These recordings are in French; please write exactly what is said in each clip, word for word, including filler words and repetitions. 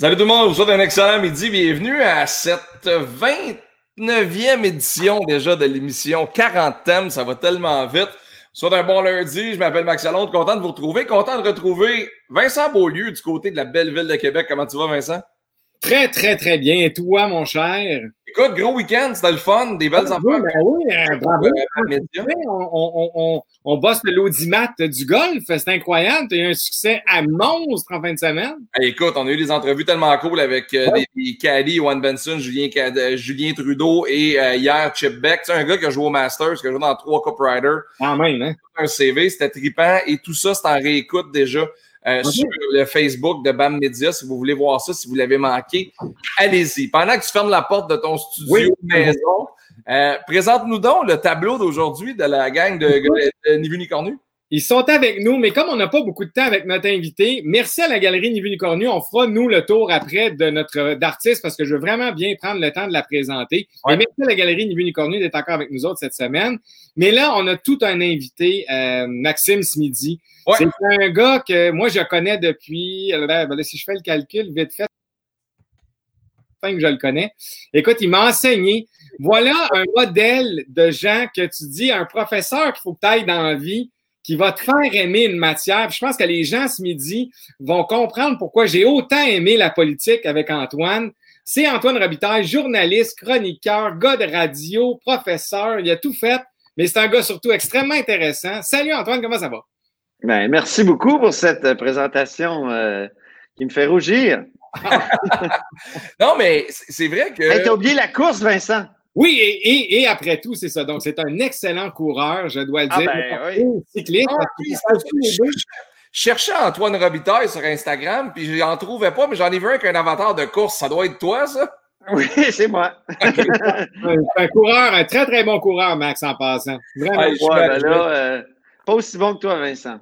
Salut tout le monde, je vous souhaite un excellent midi. Bienvenue à cette vingt-neuvième édition déjà de l'émission quarante thèmes. Ça va tellement vite. Je vous souhaite un bon lundi. Je m'appelle Max Lalonde. Content de vous retrouver. Content de retrouver Vincent Beaulieu du côté de la belle ville de Québec. Comment tu vas, Vincent? Très, très, très bien. Et toi, mon cher? Écoute, gros week-end, c'était le fun, des belles ah, affaires. Oui, ben oui, euh, bravo. Euh, on, on, on, on bosse le l'audimat du golf, c'est incroyable. Tu as eu un succès à monstre en fin de semaine. Hey, écoute, on a eu des entrevues tellement cool avec euh, ouais. des, des caddies, Juan Benson, Julien, Cad- Julien Trudeau et euh, hier Chip Beck. Tu sais, un gars qui a joué au Masters, qui a joué dans trois Cup Riders. Quand même, hein? Un C V, c'était trippant et tout ça, c'est en réécoute déjà. Euh, okay. Sur le Facebook de B A M Media, si vous voulez voir ça, si vous l'avez manqué, allez-y. Pendant que tu fermes la porte de ton studio oui. maison, euh, présente-nous donc le tableau d'aujourd'hui de la gang de, de, de Ni Vu Ni Cornu. Ils sont avec nous, mais comme on n'a pas beaucoup de temps avec notre invité, merci à la Galerie Ni Vu Ni Cornu. On fera, nous, le tour après de notre d'artiste parce que je veux vraiment bien prendre le temps de la présenter. Ouais. Mais merci à la Galerie Ni Vu Ni Cornu d'être encore avec nous autres cette semaine. Mais là, on a tout un invité, euh, Maxime Smidi. Ouais. C'est un gars que moi, je connais depuis, ben là, si je fais le calcul, vite fait, que je le connais. Écoute, il m'a enseigné. Voilà un modèle de gens que tu dis, un professeur qu'il faut que tu ailles dans la vie, qui va te faire aimer une matière. Puis je pense que les gens ce midi vont comprendre pourquoi j'ai autant aimé la politique avec Antoine. C'est Antoine Robitaille, journaliste, chroniqueur, gars de radio, professeur, il a tout fait, mais c'est un gars surtout extrêmement intéressant. Salut Antoine, comment ça va? Ben, merci beaucoup pour cette présentation euh, qui me fait rougir. Non, mais c'est vrai que... Hey, t'as oublié la course, Vincent. Oui, et, et, et après tout, c'est ça. Donc, c'est un excellent coureur, je dois le dire. Ah ben, oui. Cycliste. Ah, oui, je, je cherchais Antoine Robitaille sur Instagram, puis je n'en trouvais pas, mais j'en ai vu un avec un avatar de course. Ça doit être toi, ça? Oui, c'est moi. C'est un coureur, un très, très bon coureur, Max, en passant. Vraiment. Ouais, ouais, ben là, euh, pas aussi bon que toi, Vincent.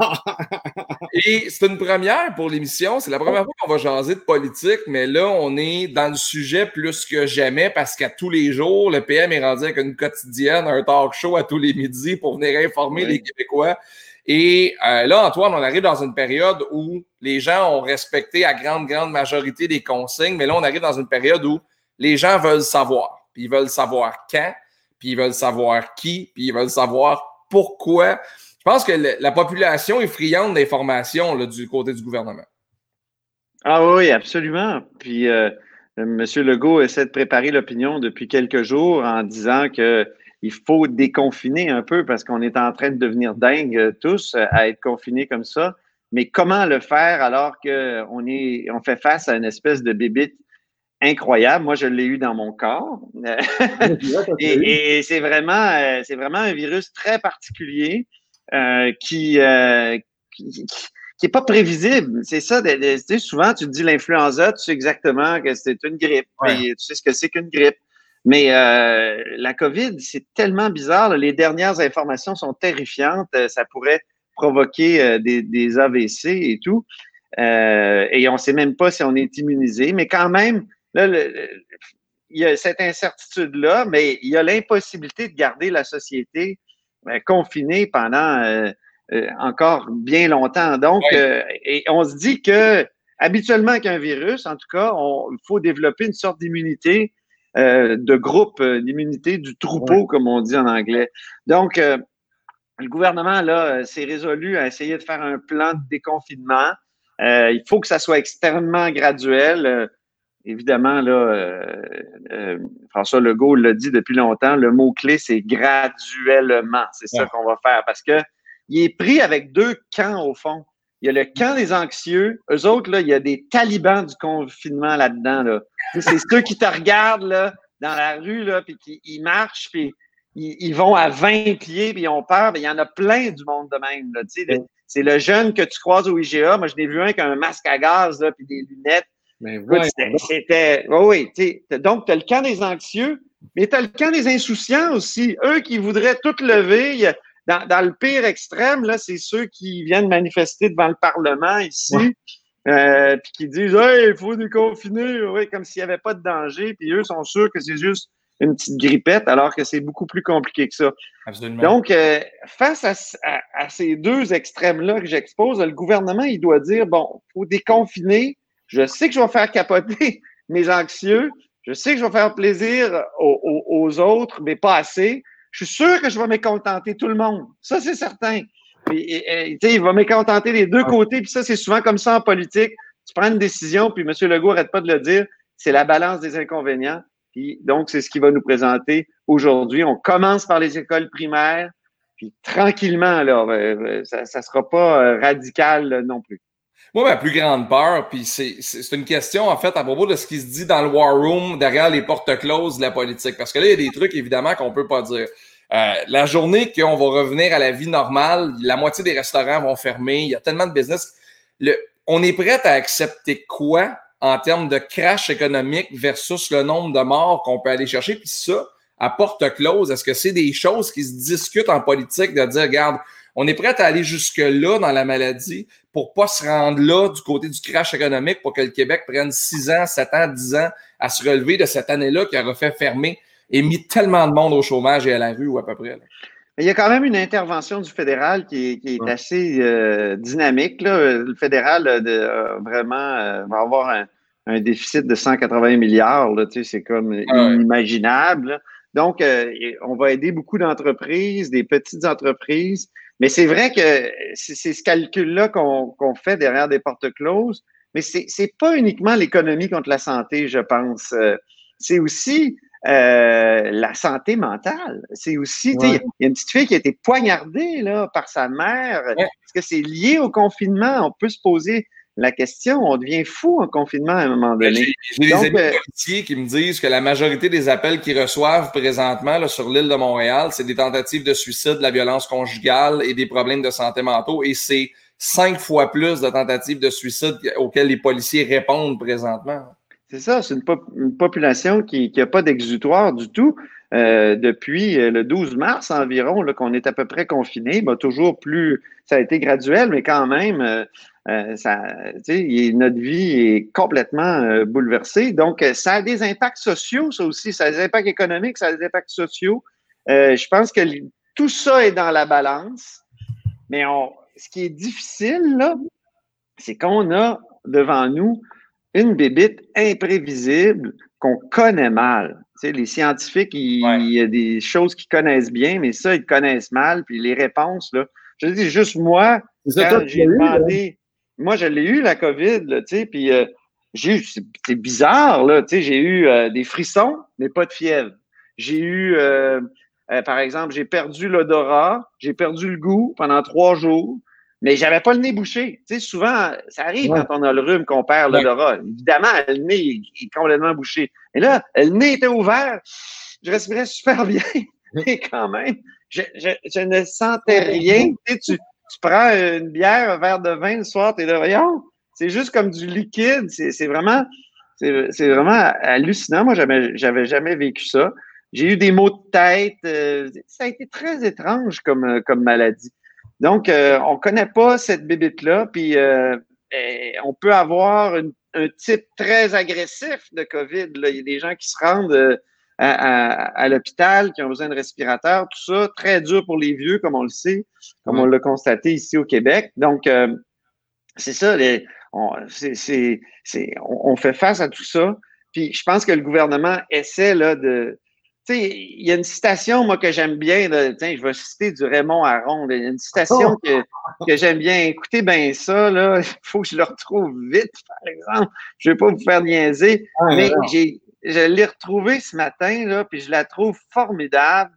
Et c'est une première pour l'émission. C'est la première fois qu'on va jaser de politique, mais là, on est dans le sujet plus que jamais parce qu'à tous les jours, le P M est rendu avec une quotidienne, un talk show à tous les midis pour venir informer oui. les Québécois. Et euh, là, Antoine, on arrive dans une période où les gens ont respecté à grande, grande majorité des consignes, mais là, on arrive dans une période où les gens veulent savoir. Puis ils veulent savoir quand, puis ils veulent savoir qui, puis ils veulent savoir pourquoi. Je pense que le, la population est friande d'informations là, du côté du gouvernement. Ah oui, absolument. Puis euh, M. Legault essaie de préparer l'opinion depuis quelques jours en disant qu'il faut déconfiner un peu parce qu'on est en train de devenir dingues tous à être confinés comme ça. Mais comment le faire alors qu'on est, on fait face à une espèce de bébite incroyable? Moi, je l'ai eu dans mon corps. et, et c'est vraiment, c'est vraiment un virus très particulier. Euh, qui, euh, qui, qui, qui est pas prévisible. C'est ça, de, de, tu sais, souvent, tu te dis l'influenza, tu sais exactement que c'est une grippe, ouais. Et tu sais ce que c'est qu'une grippe. Mais euh, la COVID, c'est tellement bizarre. Là. Les dernières informations sont terrifiantes. Ça pourrait provoquer euh, des, des A V C et tout. Euh, et on ne sait même pas si on est immunisé. Mais quand même, là, le, le, il y a cette incertitude-là, mais il y a l'impossibilité de garder la société confiné pendant euh, euh, encore bien longtemps. Donc, oui. euh, et on se dit que habituellement avec un virus, en tout cas, il faut développer une sorte d'immunité euh, de groupe, euh, l'immunité du troupeau, oui. comme on dit en anglais. Donc, euh, le gouvernement, là, s'est résolu à essayer de faire un plan de déconfinement. Euh, il faut que ça soit extrêmement graduel. Euh, Évidemment, là, euh, euh, François Legault l'a dit depuis longtemps, le mot-clé, c'est graduellement. C'est ça ouais. qu'on va faire parce que il est pris avec deux camps, au fond. Il y a le camp des anxieux. Eux autres, là, il y a des talibans du confinement là-dedans. Là. C'est ceux qui te regardent là, dans la rue, là, puis qui ils marchent, puis ils, ils vont à vingt pieds, puis ils ont peur. Mais il y en a plein du monde de même. Là, tu sais, ouais. C'est le jeune que tu croises au I G A. Moi, je l'ai vu un avec un masque à gaz, là, puis des lunettes. Mais ouais, c'était, oui, oui. Donc, tu as le camp des anxieux, mais tu as le camp des insouciants aussi. Eux qui voudraient tout lever. Dans, dans le pire extrême, là, c'est ceux qui viennent manifester devant le Parlement ici, ouais. euh, puis qui disent « Hey, il faut déconfiner! » Oui, comme s'il n'y avait pas de danger. Puis eux sont sûrs que c'est juste une petite grippette, alors que c'est beaucoup plus compliqué que ça. Absolument. Donc, euh, face à, à, à ces deux extrêmes-là que j'expose, le gouvernement, il doit dire « Bon, il faut déconfiner. » Je sais que je vais faire capoter mes anxieux. Je sais que je vais faire plaisir aux, aux, aux autres, mais pas assez. Je suis sûr que je vais mécontenter tout le monde. Ça, c'est certain. Et, et, et, il va mécontenter les deux côtés. Puis ça, c'est souvent comme ça en politique. Tu prends une décision, puis M. Legault n'arrête pas de le dire, c'est la balance des inconvénients. Puis donc, c'est ce qu'il va nous présenter aujourd'hui. On commence par les écoles primaires, puis tranquillement, là, ça ne sera pas radical non plus. Moi, ma plus grande peur, puis c'est, c'est, c'est une question, en fait, à propos de ce qui se dit dans le War Room, derrière les portes closes de la politique. Parce que là, il y a des trucs, évidemment, qu'on peut pas dire. Euh, la journée qu'on va revenir à la vie normale, la moitié des restaurants vont fermer, il y a tellement de business. Le, on est prêt à accepter quoi en termes de crash économique versus le nombre de morts qu'on peut aller chercher? Puis ça, à porte close, est-ce que c'est des choses qui se discutent en politique de dire, regarde, on est prêt à aller jusque-là dans la maladie pour pas se rendre là du côté du crash économique pour que le Québec prenne six ans, sept ans, dix ans à se relever de cette année-là qui aura fait fermer et mis tellement de monde au chômage et à la rue ou à peu près. Là. Il y a quand même une intervention du fédéral qui est, qui est ouais. assez euh, dynamique. Là. Le fédéral de, euh, vraiment euh, va avoir un, un déficit de cent quatre-vingts milliards. Là, tu sais, c'est comme ouais. inimaginable. Là. Donc, euh, on va aider beaucoup d'entreprises, des petites entreprises. Mais c'est vrai que c'est, c'est ce calcul-là qu'on, qu'on fait derrière des portes closes. Mais c'est, c'est pas uniquement l'économie contre la santé, je pense. Euh, c'est aussi euh, la santé mentale. C'est aussi, ouais. tu sais, il y a une petite fille qui a été poignardée là, par sa mère. Ouais. Est-ce que c'est lié au confinement? On peut se poser la question. On devient fou en confinement à un moment donné. J'ai, j'ai Donc, des amis euh, policiers qui me disent que la majorité des appels qu'ils reçoivent présentement là, sur l'île de Montréal, c'est des tentatives de suicide, de la violence conjugale et des problèmes de santé mentaux. Et c'est cinq fois plus de tentatives de suicide auxquelles les policiers répondent présentement. C'est ça, c'est une, pop- une population qui n'a pas d'exutoire du tout. Euh, depuis le douze mars environ, là, qu'on est à peu près confiné, ben, toujours plus, ça a été graduel, mais quand même, euh, euh, ça, notre vie est complètement euh, bouleversée. Donc, ça a des impacts sociaux, ça aussi, ça a des impacts économiques, ça a des impacts sociaux. Euh, je pense que tout ça est dans la balance, mais on, ce qui est difficile, là, c'est qu'on a devant nous une bébite imprévisible qu'on connaît mal. Tu sais, les scientifiques, il ouais. y a des choses qu'ils connaissent bien, mais ça, ils connaissent mal. Puis les réponses, là, je dis juste moi, ça, quand j'ai demandé, eu, moi, je l'ai eu, la COVID, là, tu sais, puis euh, j'ai eu, c'est, c'est bizarre, là, tu sais, j'ai eu euh, des frissons, mais pas de fièvre. J'ai eu, euh, euh, par exemple, j'ai perdu l'odorat, j'ai perdu le goût pendant trois jours. Mais j'avais pas le nez bouché. Tu sais, souvent, ça arrive ouais. quand on a le rhume qu'on perd ouais. l'odorat. Évidemment, le nez est complètement bouché. Et là, le nez était ouvert. Je respirais super bien. Mais quand même, je, je, je ne sentais rien. Tu sais, tu, tu prends une bière, un verre de vin le soir, t'es là, voyons. C'est juste comme du liquide. C'est, c'est vraiment, c'est, c'est vraiment hallucinant. Moi, j'avais, j'avais jamais vécu ça. J'ai eu des maux de tête. Euh, ça a été très étrange comme, comme maladie. Donc, euh, on connaît pas cette bébite-là, puis euh, on peut avoir une, un type très agressif de COVID. Là. Il y a des gens qui se rendent euh, à, à, à l'hôpital, qui ont besoin de respirateurs, tout ça. Très dur pour les vieux, comme on le sait, comme ouais. on l'a constaté ici au Québec. Donc, euh, c'est ça, les, on, c'est, c'est, c'est, on, on fait face à tout ça. Puis, je pense que le gouvernement essaie là de... Tu sais, il y a une citation, moi, que j'aime bien. Là, tiens, je vais citer du Raymond Aron. Il y a une citation que, que j'aime bien. Écoutez bien ça, là. Il faut que je le retrouve vite, par exemple. Je ne vais pas vous faire niaiser. Ah, mais j'ai, je l'ai retrouvé ce matin, là, puis je la trouve formidable.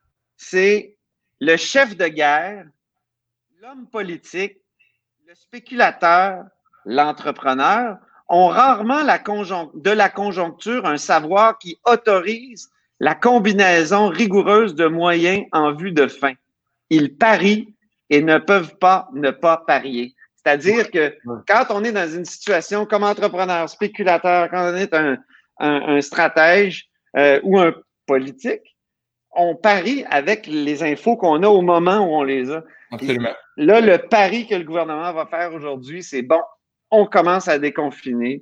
C'est le chef de guerre, l'homme politique, le spéculateur, l'entrepreneur ont rarement la conjon- de la conjoncture un savoir qui autorise la combinaison rigoureuse de moyens en vue de fin. Ils parient et ne peuvent pas ne pas parier. C'est-à-dire que quand on est dans une situation comme entrepreneur, spéculateur, quand on est un, un, un stratège euh, ou un politique, on parie avec les infos qu'on a au moment où on les a. Absolument. Et là, le pari que le gouvernement va faire aujourd'hui, c'est bon, on commence à déconfiner.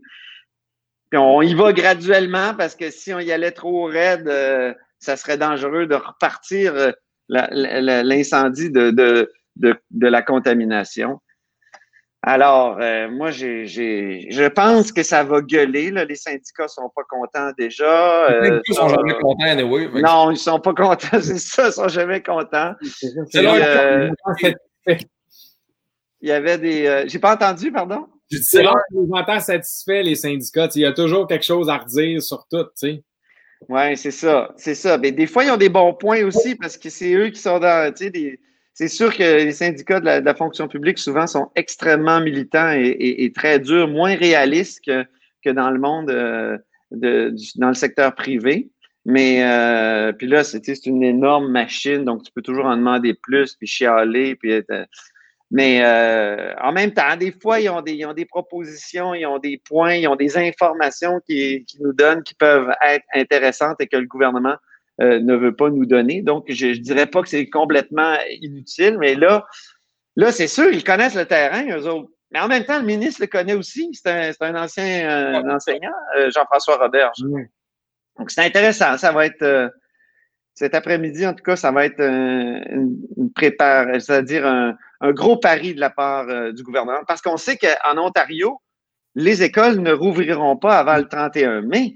Puis on y va graduellement parce que si on y allait trop raide, euh, ça serait dangereux de repartir euh, la, la, l'incendie de, de, de, de la contamination. Alors, euh, moi, j'ai, j'ai, je pense que ça va gueuler. Là. Les syndicats sont pas contents déjà. Les euh, syndicats sont ça- jamais contents, anyway. Fait que Non, ils sont pas contents, c'est ça, ils sont jamais contents. C'est ça, c'est c'est leur Puis, là, euh, satisfait. il y avait des... euh, j'ai pas entendu, pardon? j'ai dit, C'est c'est là leur- que les entend satisfaits, les syndicats. Tu sais, il y a toujours quelque chose à redire sur tout, tu sais. Oui, c'est ça, c'est ça. Mais des fois, ils ont des bons points aussi parce que c'est eux qui sont dans, tu sais, des... C'est sûr que les syndicats de la, de la fonction publique, souvent, sont extrêmement militants et, et- et très durs, moins réalistes que, que dans le monde, euh, de, du- dans le secteur privé. Mais, euh, puis là, c'est tu sais, c'est une énorme machine, donc tu peux toujours en demander plus, puis chialer, puis être... Mais euh, en même temps, des fois, ils ont des, ils ont des propositions, ils ont des points, ils ont des informations qui, qui nous donnent, qui peuvent être intéressantes et que le gouvernement euh, ne veut pas nous donner. Donc, je ne dirais pas que c'est complètement inutile, mais là, là, c'est sûr, ils connaissent le terrain, eux autres. Mais en même temps, le ministre le connaît aussi. C'est un, c'est un ancien euh, enseignant, euh, Jean-François Roberge. Donc, c'est intéressant. Ça va être... Euh, cet après-midi, en tout cas, ça va être euh, une, une prépare, c'est-à-dire un, un gros pari de la part euh, du gouvernement, parce qu'on sait qu'en Ontario, les écoles ne rouvriront pas avant le trente et un mai.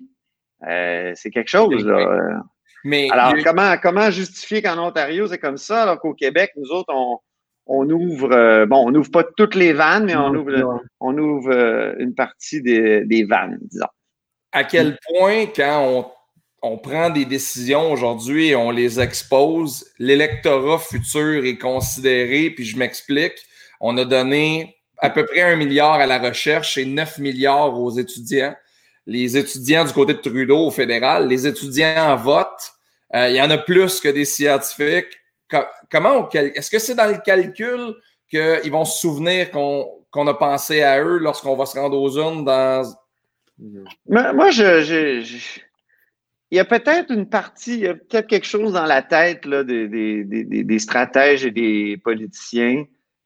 Euh, c'est quelque chose, là. Mais Alors, il y a- comment, comment justifier qu'en Ontario, c'est comme ça, alors qu'au Québec, nous autres, on, on ouvre, euh, bon, on n'ouvre pas toutes les vannes, mais on Non, ouvre, non. on ouvre euh, une partie des, des vannes, disons. à quel point, quand on, on prend des décisions aujourd'hui et on les expose, l'électorat futur est considéré, puis je m'explique, on a donné à peu près un milliard à la recherche et neuf milliards aux étudiants. Les étudiants du côté de Trudeau au fédéral, les étudiants en vote, euh, il y en a plus que des scientifiques. Co- comment on cal- Est-ce que c'est dans le calcul qu'ils vont se souvenir qu'on qu'on a pensé à eux lorsqu'on va se rendre aux urnes dans... Moi, moi, je, je, je- il y a peut-être une partie, il y a peut-être quelque chose dans la tête là, des, des, des, des stratèges et des politiciens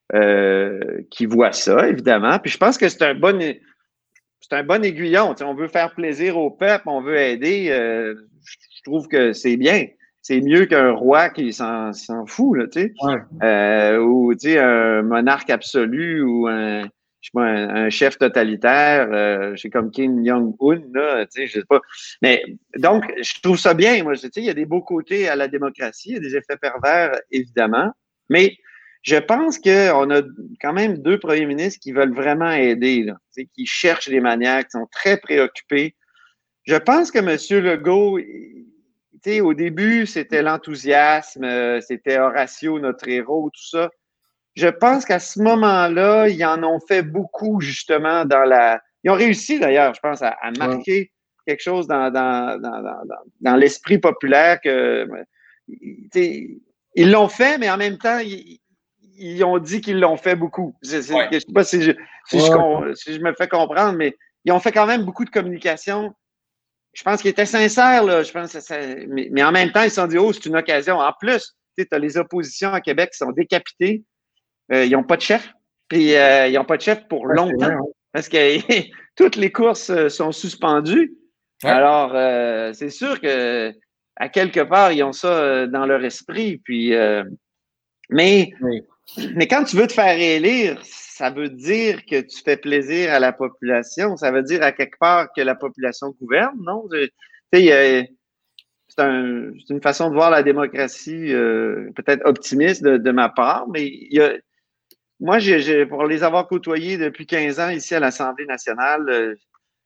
euh, qui voient ça, évidemment. Puis je pense que c'est un bon, c'est un bon aiguillon. Tu sais, on veut faire plaisir au peuple, on veut aider. Euh, je trouve que c'est bien. C'est mieux qu'un roi qui s'en, s'en fout, là, tu sais. Ouais. Euh, ou tu sais, un monarque absolu ou un, je sais pas, un, un chef totalitaire, euh, je sais comme Kim Jong-un, là, tu sais, je sais pas. Mais donc, je trouve ça bien. Moi, tu sais, il y a des beaux côtés à la démocratie, il y a des effets pervers, évidemment. Mais je pense qu'on a quand même deux premiers ministres qui veulent vraiment aider, là, tu sais, qui cherchent des manières, qui sont très préoccupés. Je pense que M. Legault, tu sais, au début, c'était l'enthousiasme, euh, c'était Horatio, notre héros, tout ça. Je pense qu'à ce moment-là, ils en ont fait beaucoup, justement, dans la... Ils ont réussi, d'ailleurs, je pense, à, à marquer ouais. quelque chose dans, dans, dans, dans, dans l'esprit populaire que... Tu sais, ils l'ont fait, mais en même temps, ils, ils ont dit qu'ils l'ont fait beaucoup. Je ne sais pas si je, si, ouais. je, si je me fais comprendre, mais ils ont fait quand même beaucoup de communication. Je pense qu'ils étaient sincères, là. Je pense que ça, mais, mais en même temps, ils se sont dit, oh, c'est une occasion. En plus, tu as les oppositions à Québec qui sont décapitées. Euh, ils n'ont pas de chef. Puis, euh, ils n'ont pas de chef pour ouais, longtemps. Vrai, ouais. Parce que toutes les courses sont suspendues. Ouais. Alors, euh, c'est sûr que à quelque part, ils ont ça dans leur esprit. Puis, euh, mais, oui. mais quand tu veux te faire élire, ça veut dire que tu fais plaisir à la population. Ça veut dire à quelque part que la population gouverne, non? Tu sais, c'est un, une façon de voir la démocratie euh, peut-être optimiste de, de ma part, mais il y a, moi, j'ai, j'ai, pour les avoir côtoyés depuis quinze ans ici à l'Assemblée nationale, euh,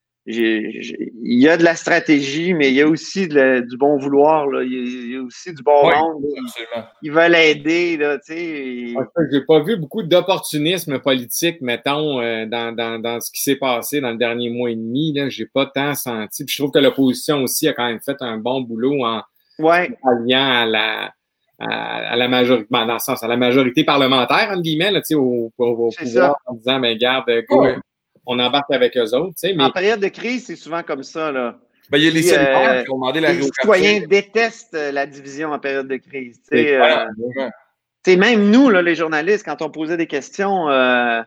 j'ai, j'ai, il y a de la stratégie, mais il y a aussi de la, du bon vouloir. Là. Il y a aussi du bon oui, monde. Absolument. Ils veulent aider. Là, tu sais. J'ai pas vu beaucoup d'opportunisme politique, mettons, euh, dans, dans, dans ce qui s'est passé dans le dernier mois et demi. Là. J'ai pas tant senti. Puis je trouve que l'opposition aussi a quand même fait un bon boulot en ouais. alliant à la à, à la majorité, ben, dans le sens, à la majorité parlementaire, entre guillemets, là, au, au, au pouvoir, ça. En disant, ben, garde, go, ouais. on embarque avec eux autres. Mais... En période de crise, c'est souvent comme ça, là. Ben, il y a les sénateurs euh, qui ont demandé la réouverture. Les citoyens détestent la division en période de crise. Tu euh, ouais. Même nous, là, les journalistes, quand on posait des questions, euh,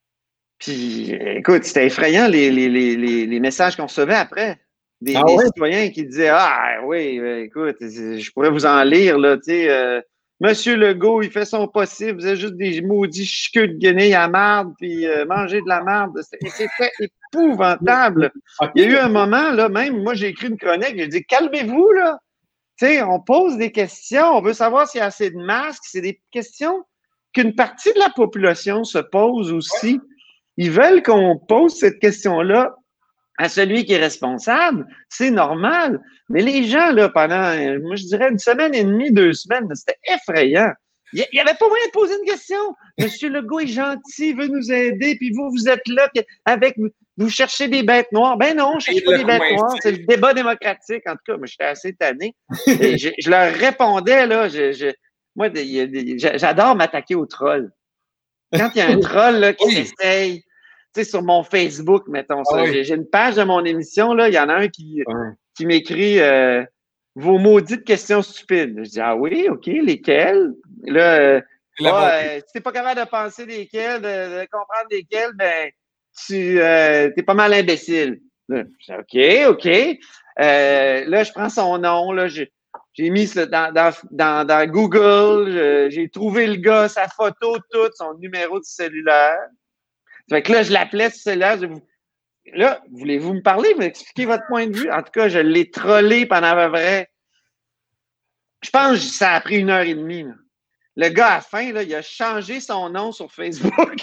puis écoute, c'était effrayant les, les, les, les messages qu'on recevait après. Des, ah, des ouais? citoyens qui disaient « Ah oui, écoute, je pourrais vous en lire, là, tu sais, euh, Monsieur Legault, il fait son possible, vous êtes juste des maudits chiqueux de guenilles à marde, puis euh, manger de la marde. C'était épouvantable. Okay. Il y a eu un moment, là, même, moi, j'ai écrit une chronique, j'ai dit, calmez-vous, là. Tu sais, on pose des questions, on veut savoir s'il y a assez de masques. C'est des questions qu'une partie de la population se pose aussi. Ils veulent qu'on pose cette question-là à celui qui est responsable. C'est normal. Mais les gens, là, pendant, moi, je dirais une semaine et demie, deux semaines, c'était effrayant. Il n'y avait pas moyen de poser une question. Monsieur Legault est gentil, il veut nous aider, puis vous, vous êtes là avec... Vous cherchez des bêtes noires. Ben non, je cherche pas des bêtes noires. C'est le débat démocratique. En tout cas, moi, j'étais assez tanné. Et je, je leur répondais, là, je, je, moi, j'adore m'attaquer aux trolls. Quand il y a un troll là, qui s'essaye, tu sais, sur mon Facebook, mettons ça, ah oui. j'ai une page de mon émission, là, il y en a un qui, ah. qui m'écrit euh, « Vos maudites questions stupides ». Je dis « Ah oui, OK, lesquelles? » Là, euh, ah, euh, si t'es pas capable de penser lesquelles, de, de comprendre lesquelles, ben... tu euh, es pas mal imbécile. Là, je dis, OK, OK. Euh, là, je prends son nom. Là, j'ai, j'ai mis ça dans, dans, dans, dans Google. Je, j'ai trouvé le gars, sa photo, tout, son numéro de cellulaire. Fait que là, je l'appelais sur cellulaire. Je, là, voulez-vous me parler, m'expliquer votre point de vue? En tout cas, je l'ai trollé pendant à peu près. Je pense que ça a pris une heure et demie. Là. Le gars, à la fin, là, il a changé son nom sur Facebook.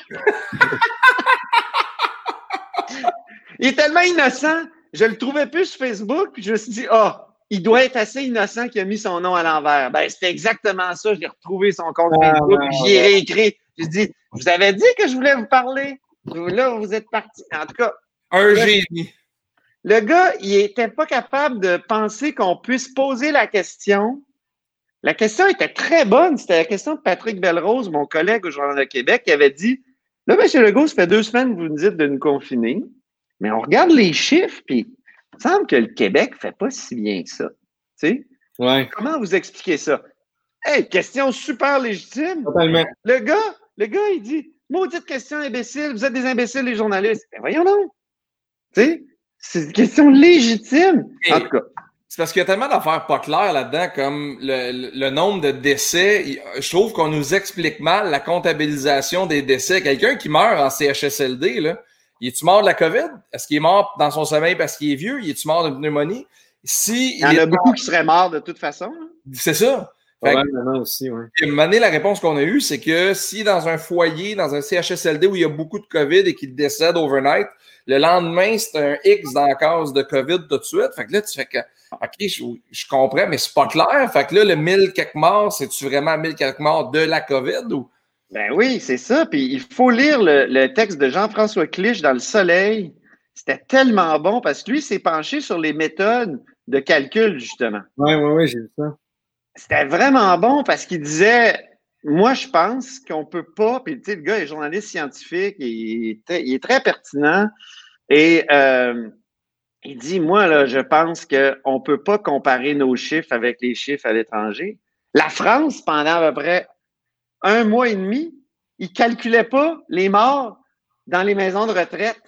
Il est tellement innocent, je le trouvais plus sur Facebook, puis je me suis dit, ah, oh, il doit être assez innocent qu'il a mis son nom à l'envers. Ben, c'était exactement ça. J'ai retrouvé son compte ah, Facebook, puis j'y ai réécrit. J'ai dit, vous avez dit que je voulais vous parler. Là, vous êtes parti. En tout cas. Un génie. Le gars, il était pas capable de penser qu'on puisse poser la question. La question était très bonne. C'était la question de Patrick Belrose, mon collègue au Journal de Québec, qui avait dit, là, M. Legault, ça fait deux semaines que vous nous dites de nous confiner. Mais on regarde les chiffres, puis il me semble que le Québec ne fait pas si bien que ça. Tu sais? Ouais. Comment vous expliquez ça? Hey, question super légitime. Totalement. Le gars, le gars, il dit, maudite question imbécile, vous êtes des imbéciles, les journalistes. Ben voyons donc. Tu sais? C'est une question légitime. Et en tout cas. C'est parce qu'il y a tellement d'affaires pas claires là-dedans, comme le, le, le nombre de décès. Je trouve qu'on nous explique mal la comptabilisation des décès. Quelqu'un qui meurt en C H S L D, là, il est-tu mort de la COVID? Est-ce qu'il est mort dans son sommeil parce qu'il est vieux? Il est-tu mort de pneumonie? Si il y en il a est beaucoup mort... qui seraient morts de toute façon. Hein? C'est ça. Fait ouais, que, non, aussi, ouais. À un moment donné, la réponse qu'on a eue, c'est que si dans un foyer, dans un C H S L D où il y a beaucoup de COVID et qu'il décède overnight, le lendemain, c'est un X dans la case de COVID tout de suite. Fait que là, tu fais que, OK, je, je comprends, mais c'est pas clair. Fait que là, le mille quelques morts, c'est-tu vraiment mille quelques morts de la COVID ou? Ben oui, c'est ça. Puis il faut lire le, le texte de Jean-François Clich dans Le Soleil. C'était tellement bon parce que lui s'est penché sur les méthodes de calcul, justement. Oui, oui, oui, j'ai vu ça. C'était vraiment bon parce qu'il disait, moi, je pense qu'on peut pas, puis tu sais, le gars est journaliste scientifique, il est très, il est très pertinent, et euh, il dit, moi, là, je pense qu'on peut pas comparer nos chiffres avec les chiffres à l'étranger. La France, pendant à peu près un mois et demi, il calculait pas les morts dans les maisons de retraite.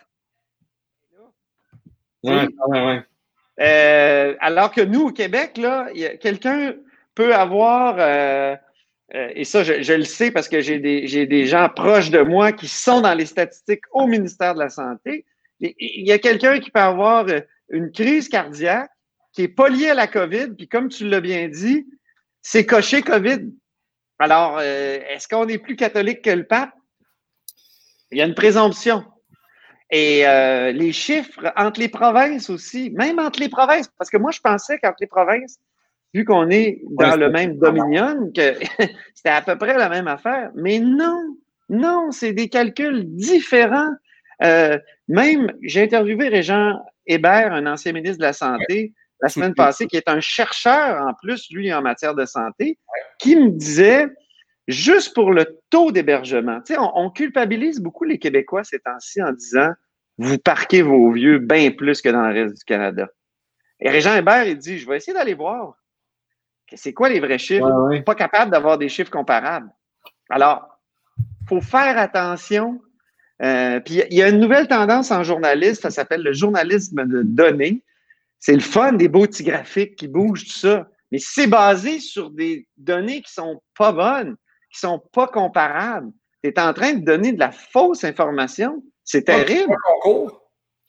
Ouais, ouais, ouais. Euh, alors que nous, au Québec, là, quelqu'un peut avoir, euh, euh, et ça, je, je le sais parce que j'ai des, j'ai des gens proches de moi qui sont dans les statistiques au ministère de la Santé. Il y a quelqu'un qui peut avoir une crise cardiaque qui n'est pas liée à la COVID, puis comme tu l'as bien dit, c'est coché COVID. Alors, euh, est-ce qu'on est plus catholique que le pape? Il y a une présomption. Et euh, les chiffres entre les provinces aussi, même entre les provinces, parce que moi, je pensais qu'entre les provinces, vu qu'on est dans ouais, le même dominion, que c'était à peu près la même affaire. Mais non, non, c'est des calculs différents. Euh, même, j'ai interviewé Régent Hébert, un ancien ministre de la Santé, la semaine passée, qui est un chercheur en plus, lui, en matière de santé, qui me disait, juste pour le taux d'hébergement, tu sais, on, on culpabilise beaucoup les Québécois ces temps-ci en disant, vous parquez vos vieux bien plus que dans le reste du Canada. Et Régent Hébert, il dit, je vais essayer d'aller voir. C'est quoi les vrais chiffres? Ouais, ouais. Pas capable d'avoir des chiffres comparables. Alors, il faut faire attention. Euh, puis il y a une nouvelle tendance en journalisme, ça s'appelle le journalisme de données. C'est le fun des beaux petits graphiques qui bougent, tout ça. Mais si c'est basé sur des données qui sont pas bonnes, qui sont pas comparables, tu es en train de donner de la fausse information. C'est terrible. C'est pas un concours.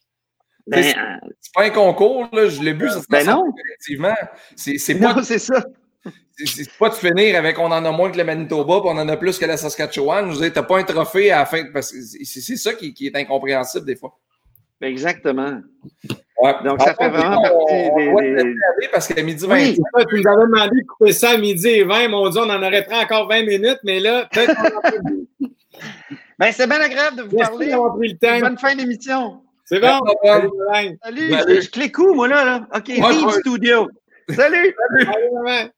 Ben, c'est, c'est pas un concours, là. Le but, c'est ben non. Effectivement. C'est, c'est pas, non, c'est ça. C'est, c'est pas de finir avec on en a moins que le Manitoba, puis on en a plus que la Saskatchewan. Je veux dire, t'as pas un trophée à la fin. Parce que c'est, c'est ça qui, qui est incompréhensible des fois. Exactement. Ouais. Donc, ça fait vraiment partie on, on des. des... Parce qu'à midi vingt. Oui, ça, tu nous avais demandé de couper ça à midi et vingt. Mon Dieu, on en aurait pris encore vingt minutes, mais là, peut-être qu'on en peut... Ben, c'est bien agréable de vous Merci parler. d'avoir pris le temps. Bonne fin d'émission. C'est bon. Salut. Salut. Salut. Salut. Je, je clique où, moi, là? là? OK, ouais, Lead ouais. Studio. Salut. Salut.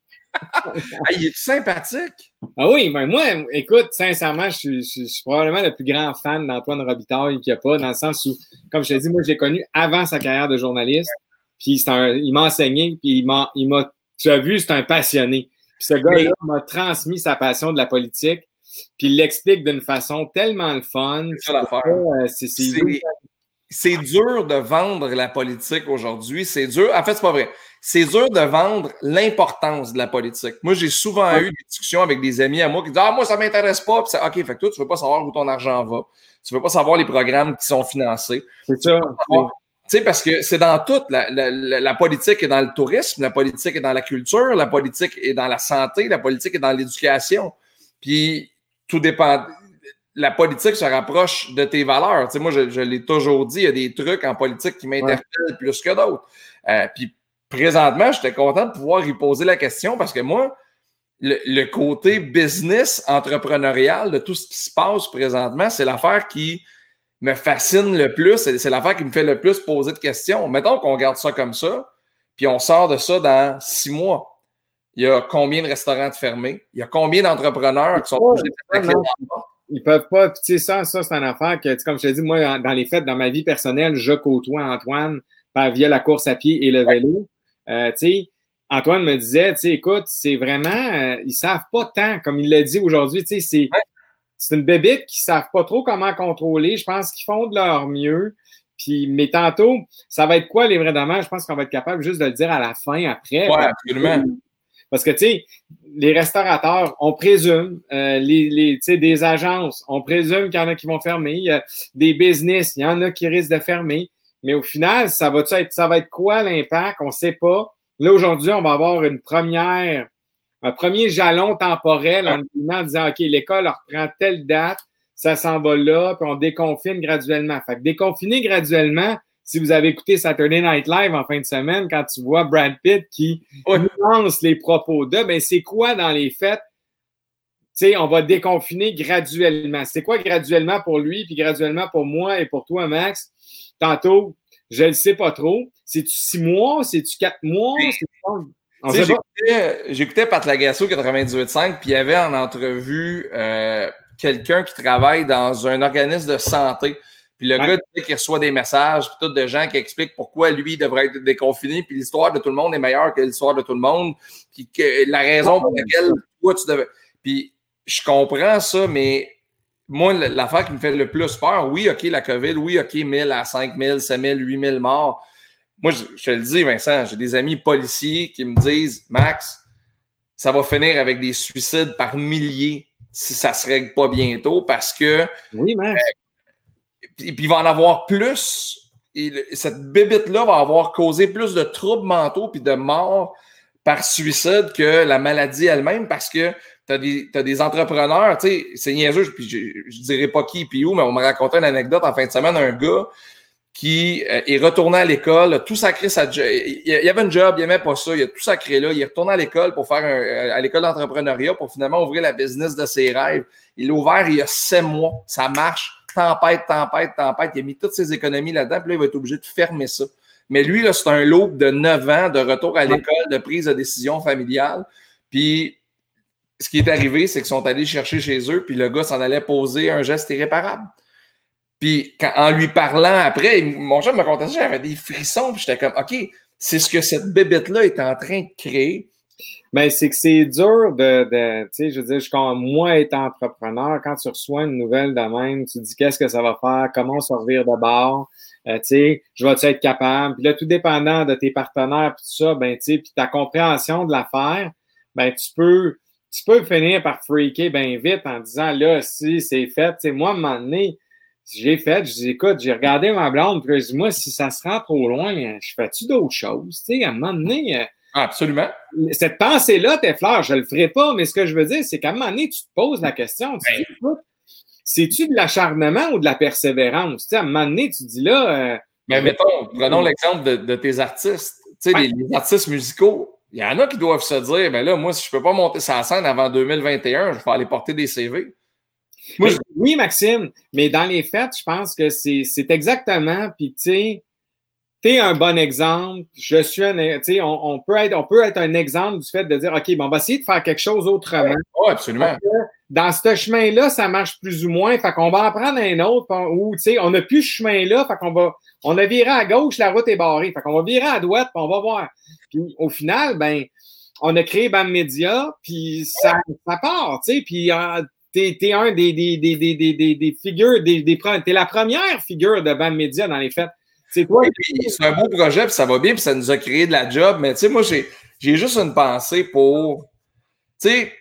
Ah, il est sympathique. Ah oui, ben moi, écoute, sincèrement, je suis, je, je suis probablement le plus grand fan d'Antoine Robitaille qu'il n'y a pas, dans le sens où, comme je t'ai dit, moi, je l'ai connu avant sa carrière de journaliste. Puis c'est un, il m'a enseigné, puis il m'a, il m'a, tu as vu, c'est un passionné. Puis ce gars-là m'a transmis sa passion de la politique, puis il l'explique d'une façon tellement le fun. C'est ça l'affaire. Euh, c'est, c'est, c'est, c'est dur de vendre la politique aujourd'hui. C'est dur. En fait, c'est pas vrai. C'est dur de vendre l'importance de la politique. Moi, j'ai souvent ouais. eu des discussions avec des amis à moi qui disent « Ah, moi, ça m'intéresse pas. » Puis ça, OK, fait que toi, tu veux pas savoir où ton argent va. Tu veux pas savoir les programmes qui sont financés. C'est ça. Tu sais, parce que c'est dans tout. La, la, la, la politique est dans le tourisme, la politique est dans la culture, la politique est dans la santé, la politique est dans l'éducation. Puis, tout dépend. La politique se rapproche de tes valeurs. Tu sais, moi, je, je l'ai toujours dit, il y a des trucs en politique qui m'interpellent ouais. plus que d'autres. Euh, puis, présentement, j'étais content de pouvoir y poser la question parce que moi, le, le côté business entrepreneurial de tout ce qui se passe présentement, c'est l'affaire qui me fascine le plus, c'est, c'est l'affaire qui me fait le plus poser de questions. Mettons qu'on garde ça comme ça, puis on sort de ça dans six mois. Il y a combien de restaurants de fermés? Il y a combien d'entrepreneurs qui sont obligés de faire la porte? Ils peuvent pas. Tu sais, ça, ça, c'est une affaire que, comme je te dis, moi, dans les faits, dans ma vie personnelle, je côtoie Antoine par, via la course à pied et le vélo. Euh, tu sais, Antoine me disait, tu sais, écoute, c'est vraiment, euh, ils savent pas tant, comme il l'a dit aujourd'hui, tu sais, c'est, ouais. c'est une bébête qui savent pas trop comment contrôler. Je pense qu'ils font de leur mieux. Puis, mais tantôt, ça va être quoi les vrais dommages? Je pense qu'on va être capable juste de le dire à la fin, après. Ouais, absolument. Parce que, tu sais, les restaurateurs, on présume, euh, les, les, tu sais, des agences, on présume qu'il y en a qui vont fermer. Il y a des business, il y en a qui risquent de fermer. Mais au final, ça va être, ça va être quoi l'impact? On ne sait pas. Là, aujourd'hui, on va avoir une première, un premier jalon temporel en, en disant, OK, l'école reprend telle date, ça s'en va là, puis on déconfine graduellement. Fait que déconfiner graduellement, si vous avez écouté Saturday Night Live en fin de semaine, quand tu vois Brad Pitt qui ouais. lance les propos de, ben c'est quoi dans les faits? Tu sais, on va déconfiner graduellement. C'est quoi graduellement pour lui, puis graduellement pour moi et pour toi, Max? Tantôt, je ne sais pas trop. C'est-tu six mois? C'est-tu quatre mois? Oui. C'est j'écoutais, j'écoutais Pat Lagasso quatre-vingt-dix-huit virgule cinq, puis il y avait en entrevue euh, quelqu'un qui travaille dans un organisme de santé. Puis le ouais. gars dit qu'il reçoit des messages, puis tout de gens qui expliquent pourquoi lui devrait être déconfiné, puis l'histoire de tout le monde est meilleure que l'histoire de tout le monde, puis que la raison pour laquelle toi tu devais. Puis je comprends ça, mais moi, l'affaire qui me fait le plus peur, oui, OK, la COVID, oui, OK, mille à cinq mille, sept mille, huit mille morts. Moi, je, je te le dis, Vincent, j'ai des amis policiers qui me disent, Max, ça va finir avec des suicides par milliers si ça se règle pas bientôt parce que. Oui, Max. Euh, Puis il va en avoir plus. Et cette bébite-là va avoir causé plus de troubles mentaux puis de morts par suicide que la maladie elle-même parce que tu as des, t'as des entrepreneurs, tu sais, c'est niaiseux, puis je, je dirais pas qui puis où, mais on m'a raconté une anecdote en fin de semaine, un gars qui euh, est retourné à l'école, tout sacré sa job. Il y avait un job, il aimait pas ça, il a tout sacré là, il est retourné à l'école pour faire un, à l'école d'entrepreneuriat pour finalement ouvrir la business de ses rêves. Il l'a ouvert il y a sept mois, ça marche. Tempête, tempête, tempête. Il a mis toutes ses économies là-dedans, puis là, il va être obligé de fermer ça. Mais lui, là, c'est un lot de neuf ans de retour à l'école, de prise de décision familiale. Puis, ce qui est arrivé, c'est qu'ils sont allés chercher chez eux, puis le gars s'en allait poser un geste irréparable. Puis, quand, en lui parlant après, mon chum me contait ça, j'avais des frissons, puis j'étais comme, OK, c'est ce que cette bébête-là est en train de créer. Ben, c'est que c'est dur de, de tu sais, je veux dire, je, quand moi, étant entrepreneur, quand tu reçois une nouvelle de même, tu te dis qu'est-ce que ça va faire, comment se revire de bord. Euh, tu sais, je vais-tu être capable? Puis là, tout dépendant de tes partenaires, puis tout ça, ben, tu sais, puis ta compréhension de l'affaire, ben, tu peux, tu peux finir par freaker bien vite en disant, là, si c'est fait, tu sais, moi, à un moment donné, j'ai fait, je dis, écoute, j'ai regardé ma blonde, puis je dis, moi, si ça se rend trop loin, je fais-tu d'autres choses? Tu sais, à un moment donné, euh, absolument. Cette pensée-là, tes fleurs, je le ferai pas, mais ce que je veux dire, c'est qu'à un moment donné, tu te poses la question, tu ben, dis, écoute, c'est-tu de l'acharnement ou de la persévérance? Tu sais, à un moment donné, tu dis là. Euh, mais mettons, prenons l'exemple de, de tes artistes. Tu sais, ouais. les, les artistes musicaux, il y en a qui doivent se dire, ben là, moi, si je peux pas monter sur la scène avant deux mille vingt et un, je vais aller porter des C V. Moi, je... Oui, Maxime, mais dans les faits, je pense que c'est, c'est exactement, puis tu sais, t'es un bon exemple. Je suis un, tu sais, on, on peut être, on peut être un exemple du fait de dire, OK, bon, on va essayer de faire quelque chose autrement. Oui, oh, absolument. Dans ce chemin-là, ça marche plus ou moins. Fait qu'on va en prendre un autre où, tu sais, on n'a plus ce chemin-là. Fait qu'on va, on a viré à gauche, la route est barrée. Fait qu'on va virer à droite, puis on va voir. Puis au final, ben, on a créé BAM Media, puis ça, ça part, tu sais, puis euh, t'es, t'es un des, des, des, des, des, des, des figures, des, des, t'es la première figure de BAM Media dans les faits. C'est toi. C'est un beau projet, puis ça va bien, puis ça nous a créé de la job. Mais tu sais, moi, j'ai, j'ai juste une pensée pour. Tu sais,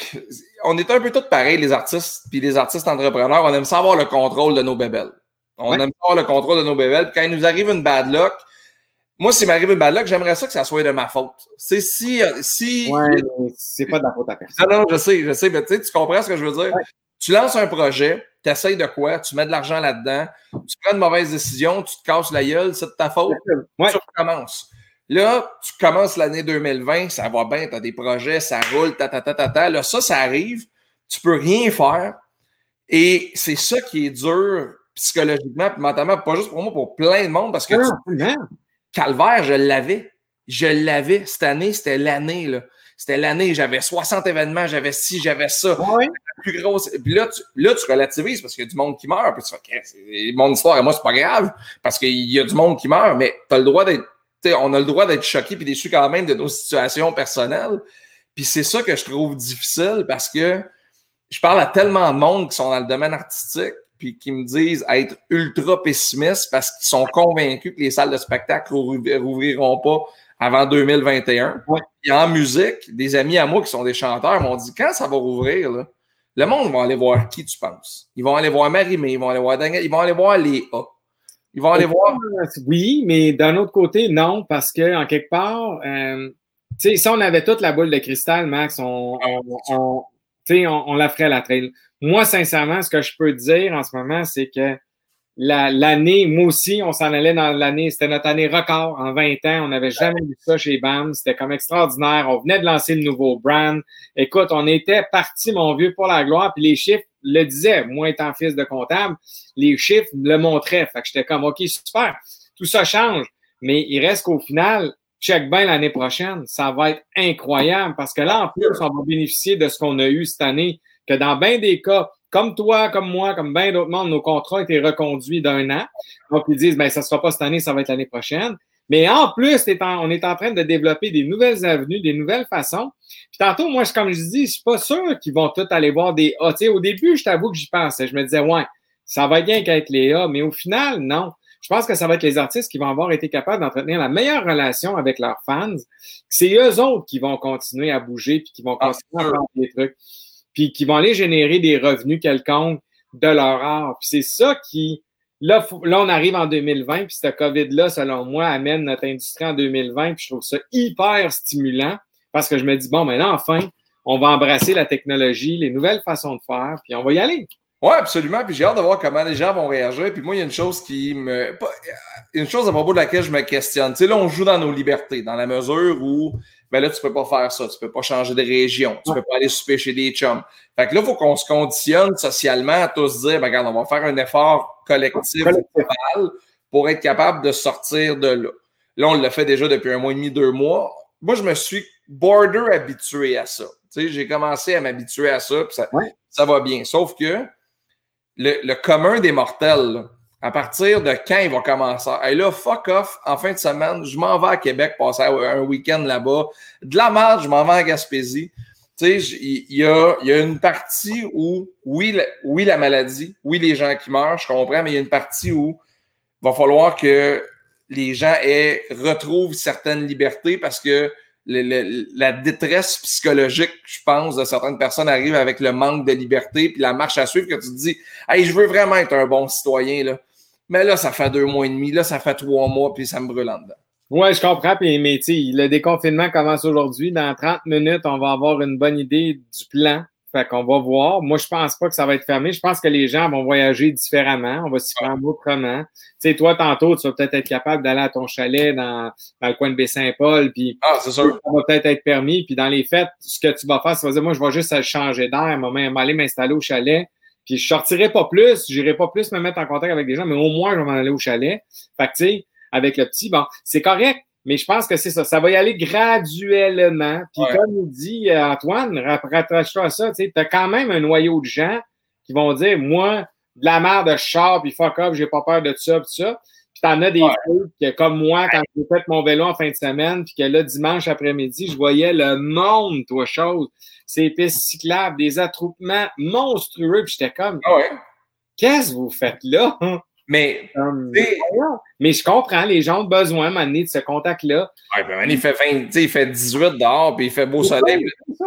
on est un peu tous pareils, les artistes, puis les artistes entrepreneurs. On aime ça avoir le contrôle de nos bébelles. On ouais. aime ça avoir le contrôle de nos bébelles. Puis quand il nous arrive une bad luck, moi, s'il m'arrive une bad luck, j'aimerais ça que ça soit de ma faute. C'est si. si ouais, c'est pas de la faute à personne. Non, non, je sais, je sais, mais tu sais, tu comprends ce que je veux dire? Ouais. Tu lances un projet, tu essayes de quoi, tu mets de l'argent là-dedans, tu prends une mauvaise décision, tu te casses la gueule, c'est de ta faute, ouais. tu recommences. Là, tu commences l'année deux mille vingt, ça va bien, tu as des projets, ça roule, ta, ta, ta, ta, ta. Là, ça, ça arrive, tu peux rien faire. Et c'est ça qui est dur psychologiquement, puis mentalement, pas juste pour moi, pour plein de monde, parce que ah, tu... Calvaire, je l'avais. Je l'avais. Cette année, c'était l'année, là. C'était l'année, j'avais soixante événements, j'avais ci, j'avais ça. Oui. La plus grosse. Puis là, tu, là, tu relativises parce qu'il y a du monde qui meurt. Puis tu fais, okay, mon histoire, et moi, c'est pas grave parce qu'il y a du monde qui meurt, mais t'as le droit d'être, on a le droit d'être choqué puis déçu quand même de nos situations personnelles. Puis c'est ça que je trouve difficile parce que je parle à tellement de monde qui sont dans le domaine artistique puis qui me disent être ultra pessimistes parce qu'ils sont convaincus que les salles de spectacle rouvriront pas avant deux mille vingt et un. Ouais. Puis en musique, des amis à moi qui sont des chanteurs m'ont dit, quand ça va rouvrir, là, le monde va aller voir qui tu penses? Ils vont aller voir Marie-Mé, ils vont aller voir Daniel, ils vont aller voir les A. Ils vont aller oui, voir... Oui, mais d'un autre côté, non, parce que en quelque part, euh, tu sais, si on avait toute la boule de cristal, Max, on, on, on, on, on la ferait à la trail. Moi, sincèrement, ce que je peux te dire en ce moment, c'est que La, l'année, moi aussi, on s'en allait dans l'année, c'était notre année record en vingt ans. On n'avait jamais vu ça chez BAM. C'était comme extraordinaire. On venait de lancer le nouveau brand. Écoute, on était parti, mon vieux, pour la gloire. Puis les chiffres le disaient. Moi, étant fils de comptable, les chiffres le montraient. Fait que j'étais comme, OK, super. Tout ça change. Mais il reste qu'au final, check bien l'année prochaine. Ça va être incroyable parce que là, en plus, on va bénéficier de ce qu'on a eu cette année. Que dans bien des cas, comme toi, comme moi, comme bien d'autres mondes, nos contrats ont été reconduits d'un an. Donc, ils disent, ben, ça ne sera pas cette année, ça va être l'année prochaine. Mais en plus, on est en train de développer des nouvelles avenues, des nouvelles façons. Puis tantôt, moi, comme je dis, je suis pas sûr qu'ils vont tous aller voir des A. Tu sais, au début, je t'avoue que j'y pensais. Je me disais, ouais, ça va être bien qu'être les A. Mais au final, non. Je pense que ça va être les artistes qui vont avoir été capables d'entretenir la meilleure relation avec leurs fans. C'est eux autres qui vont continuer à bouger puis qui vont continuer à faire des trucs. Puis qui vont aller générer des revenus quelconques de leur art. Puis c'est ça qui... Là, faut, là, on arrive en deux mille vingt, puis ce COVID-là, selon moi, amène notre industrie en deux mille vingt, puis je trouve ça hyper stimulant, parce que je me dis, bon, maintenant, enfin, on va embrasser la technologie, les nouvelles façons de faire, puis on va y aller. Oui, absolument, puis j'ai hâte de voir comment les gens vont réagir, puis moi, il y a une chose qui me... Une chose à propos de laquelle je me questionne. Tu sais, là, on joue dans nos libertés, dans la mesure où... Ben là, tu peux pas faire ça. Tu peux pas changer de région. Tu peux pas aller souper chez des chums. Fait que là, il faut qu'on se conditionne socialement à tous dire, ben regarde, on va faire un effort collectif global pour être capable de sortir de là. Là, on l'a fait déjà depuis un mois et demi, deux mois. Moi, je me suis border habitué à ça. Tu sais, j'ai commencé à m'habituer à ça, puis ça, ouais. ça va bien. Sauf que le, le commun des mortels, là, à partir de quand il va commencer? Et là, fuck off, en fin de semaine, je m'en vais à Québec passer un week-end là-bas. De la merde, je m'en vais à Gaspésie. Tu sais, il y a, y a une partie où, oui la, oui, la maladie, oui, les gens qui meurent, je comprends, mais il y a une partie où va falloir que les gens aient, retrouvent certaines libertés parce que le, le, la détresse psychologique, je pense, de certaines personnes arrive avec le manque de liberté puis la marche à suivre que tu te dis « Hey, je veux vraiment être un bon citoyen, là. » Mais là, ça fait deux mois et demi, là, ça fait trois mois, puis ça me brûle en dedans. Oui, je comprends, puis, mais tu sais, le déconfinement commence aujourd'hui. Dans trente minutes, on va avoir une bonne idée du plan. Fait qu'on va voir. Moi, je pense pas que ça va être fermé. Je pense que les gens vont voyager différemment. On va s'y prendre autrement. Tu sais, toi, tantôt, tu vas peut-être être capable d'aller à ton chalet dans, dans le coin de Baie-Saint-Paul, puis ah, c'est sûr. Ça va peut-être être permis. Puis dans les fêtes, ce que tu vas faire, c'est vas dire, moi, je vais juste changer d'air, m'aller m'installer au chalet. Puis je sortirai pas plus, j'irai pas plus me mettre en contact avec des gens, mais au moins, je vais m'en aller au chalet. Fait que, tu sais, avec le petit, bon, c'est correct. Mais je pense que c'est ça. Ça va y aller graduellement. Puis ouais. Comme il dit euh, Antoine, rattache-toi à ça. Tu as quand même un noyau de gens qui vont dire, moi, de la merde, je sors, puis fuck off, j'ai pas peur de ça, puis ça. Puis t'en as des ouais. Trucs que, comme moi, quand j'ai fait mon vélo en fin de semaine, puis que là, dimanche après-midi, je voyais le monde, toi, chose. Ces pistes cyclables, des attroupements monstrueux, puis j'étais comme, ah ouais. Qu'est-ce que vous faites là? Mais, um, mais je comprends, les gens ont besoin à un moment donné de ce contact-là. Oui, ben, il fait vingt, il fait dix-huit dehors, puis il fait beau soleil.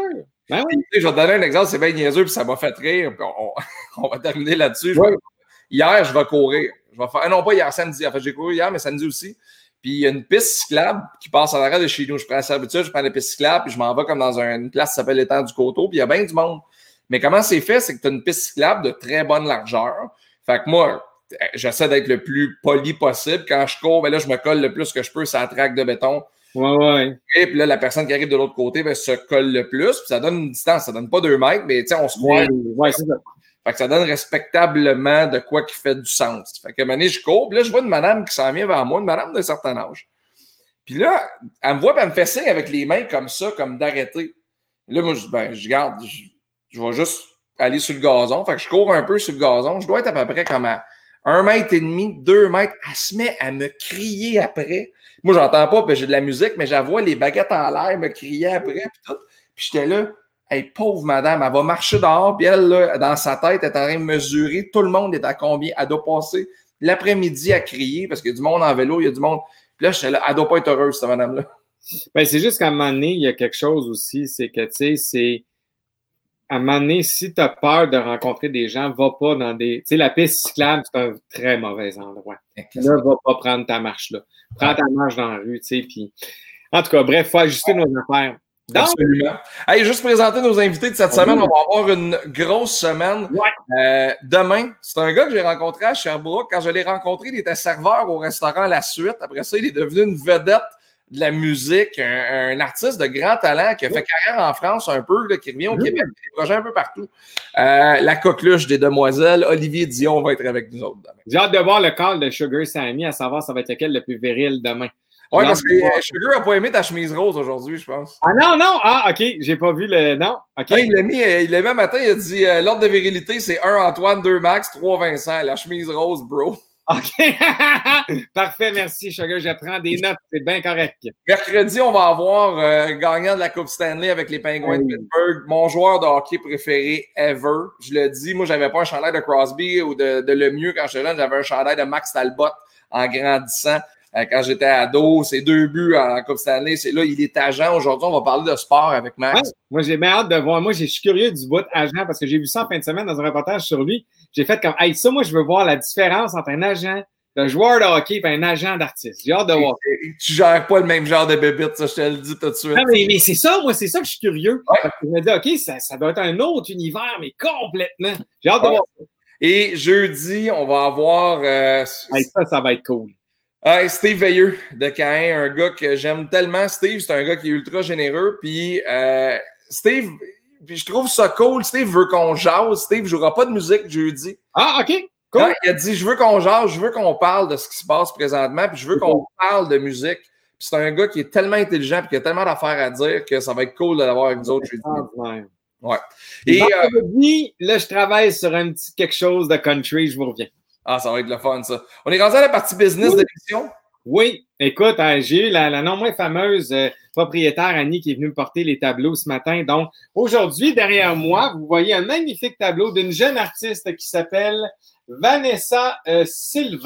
Ben oui. Je vais te donner un exemple, c'est bien niaiseux, puis ça m'a fait rire. On, on va terminer là-dessus. Oui. Hier, je vais courir. Je vais faire, ah non, pas hier, samedi. En fait, j'ai couru hier, mais samedi aussi. Puis il y a une piste cyclable qui passe à l'arrêt de chez nous. Je prends la servitude, je prends la piste cyclable, puis je m'en vais comme dans une place qui s'appelle l'étang du Coteau, puis il y a bien du monde. Mais comment c'est fait, c'est que tu as une piste cyclable de très bonne largeur. Fait que moi, j'essaie d'être le plus poli possible. Quand je cours, ben là, je me colle le plus que je peux sur la traque de béton. Ouais, ouais. Et puis là, la personne qui arrive de l'autre côté ben, se colle le plus. Puis ça donne une distance. Ça donne pas deux mètres, mais tu sais, on se croit. Ouais, c'est ça. Fait que ça donne respectablement de quoi qui fait du sens. Fait que, à un moment donné, je cours. Puis là, je vois une madame qui s'en vient vers moi, une madame d'un certain âge. Puis là, elle me voit, puis elle me fait signe avec les mains comme ça, comme d'arrêter. Là, moi, je, ben, je garde. Je, je vais juste aller sur le gazon. Fait que je cours un peu sur le gazon. Je dois être à peu près comme à un mètre et demi, deux mètres. Elle se met à me crier après. Moi, j'entends pas, puis j'ai de la musique, mais j'avoue les baguettes en l'air me crier après, puis tout. Puis j'étais là, hey, pauvre madame, elle va marcher dehors, puis elle, là, dans sa tête, elle est en train de mesurer. Tout le monde est à combien? Elle doit passer l'après-midi à crier, parce qu'il y a du monde en vélo, il y a du monde. Puis là, j'étais là, elle doit pas être heureuse, cette madame-là. Ben, c'est juste qu'à un moment donné, il y a quelque chose aussi, c'est que, tu sais, c'est. À un moment donné, si tu as peur de rencontrer des gens, va pas dans des. Tu sais, la piste cyclable, c'est un très mauvais endroit. Là, va pas prendre ta marche là. Prends ta marche dans la rue, tu sais. Puis... En tout cas, bref, il faut ajuster nos affaires. Donc, absolument. Hey, juste présenter nos invités de cette semaine. On va avoir une grosse semaine. Ouais. Euh, demain, c'est un gars que j'ai rencontré à Sherbrooke. Quand je l'ai rencontré, il était serveur au restaurant La Suite. Après ça, il est devenu une vedette de la musique, un, un artiste de grand talent qui a fait carrière en France un peu, là, qui revient au Québec, des projets un peu partout. Euh, la coqueluche des demoiselles, Olivier Dion va être avec nous autres demain. J'ai hâte de voir le call de Sugar Sammy, à savoir ça va être lequel le plus viril demain. Oui, parce que voir... Sugar n'a pas aimé ta chemise rose aujourd'hui, je pense. Ah non, non! Ah, OK, j'ai pas vu le... Non, OK. Ouais, il l'a mis, il l'a mis un matin, il a dit euh, l'ordre de virilité, c'est un Antoine, deux Max, trois Vincent. La chemise rose, bro. OK. Parfait, merci, Sugar. Je prends des notes, c'est bien correct. Mercredi, on va avoir euh, gagnant de la Coupe Stanley avec les Penguins oui. de Pittsburgh. Mon joueur de hockey préféré ever. Je le dis, moi, j'avais pas un chandail de Crosby ou de, de Lemieux quand j'étais jeune. J'avais un chandail de Max Talbot en grandissant. Euh, quand j'étais ado, c'est deux buts en Coupe Stanley. C'est là, il est agent. Aujourd'hui, on va parler de sport avec Max. Ouais, moi, j'ai bien hâte de voir. Moi, je suis curieux du bout agent parce que j'ai vu ça en fin de semaine dans un reportage sur lui. J'ai fait comme, hey, ça, moi, je veux voir la différence entre un agent de joueur de hockey et un agent d'artiste. J'ai hâte de voir. Et, et, tu gères pas le même genre de bébite, ça, je te le dis tout de suite. Non, mais, mais c'est ça, moi, c'est ça que je suis curieux. Ouais. Parce que je me dis, OK, ça, ça doit être un autre univers, mais complètement. J'ai hâte ouais. de voir ça. Et jeudi, on va avoir... Euh, hey, ça, ça va être cool. Hey, Steve Veilleux de Caen, un gars que j'aime tellement. Steve, c'est un gars qui est ultra généreux. Puis euh, Steve, puis je trouve ça cool. Steve veut qu'on jase. Steve jouera pas de musique jeudi. Ah, OK. Cool. Non, il a dit, je veux qu'on jase, je veux qu'on parle de ce qui se passe présentement, puis je veux qu'on parle de musique. Puis c'est un gars qui est tellement intelligent et qui a tellement d'affaires à dire que ça va être cool de l'avoir avec nous autres jeudi. Ouais. Ouais. Et euh, dit, là, je travaille sur un petit quelque chose de country, je vous reviens. Ah, ça va être le fun, ça. On est rendu à la partie business oui. de l'émission. Oui. Écoute, hein, j'ai eu la, la non moins fameuse euh, propriétaire Annie qui est venue me porter les tableaux ce matin. Donc, aujourd'hui, derrière moi, vous voyez un magnifique tableau d'une jeune artiste qui s'appelle Vanessa euh, Sylvain.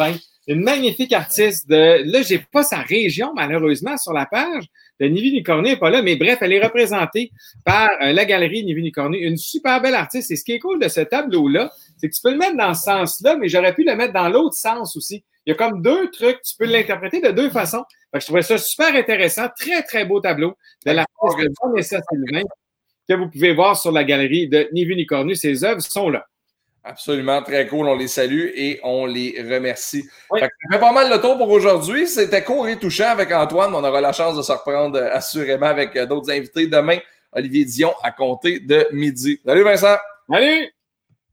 Une magnifique artiste de... Là, j'ai pas sa région, malheureusement, sur la page. De Ni Vu Ni Cornu n'est pas là, mais bref, elle est représentée par euh, la galerie Ni Vu Ni Cornu. Une super belle artiste. Et ce qui est cool de ce tableau-là, c'est que tu peux le mettre dans ce sens-là, mais j'aurais pu le mettre dans l'autre sens aussi. Il y a comme deux trucs, tu peux l'interpréter de deux façons. Fait que je trouvais ça super intéressant. Très, très beau tableau de l'artiste de Vanessa Sylvain que vous pouvez voir sur la galerie de Ni Vu Ni Cornu. Ses œuvres sont là. Absolument, très cool. On les salue et on les remercie. Oui. Fait que ça fait pas mal le tour pour aujourd'hui. C'était court et touchant avec Antoine. On aura la chance de se reprendre assurément avec d'autres invités demain. Olivier Dion à compter de midi. Salut Vincent! Salut!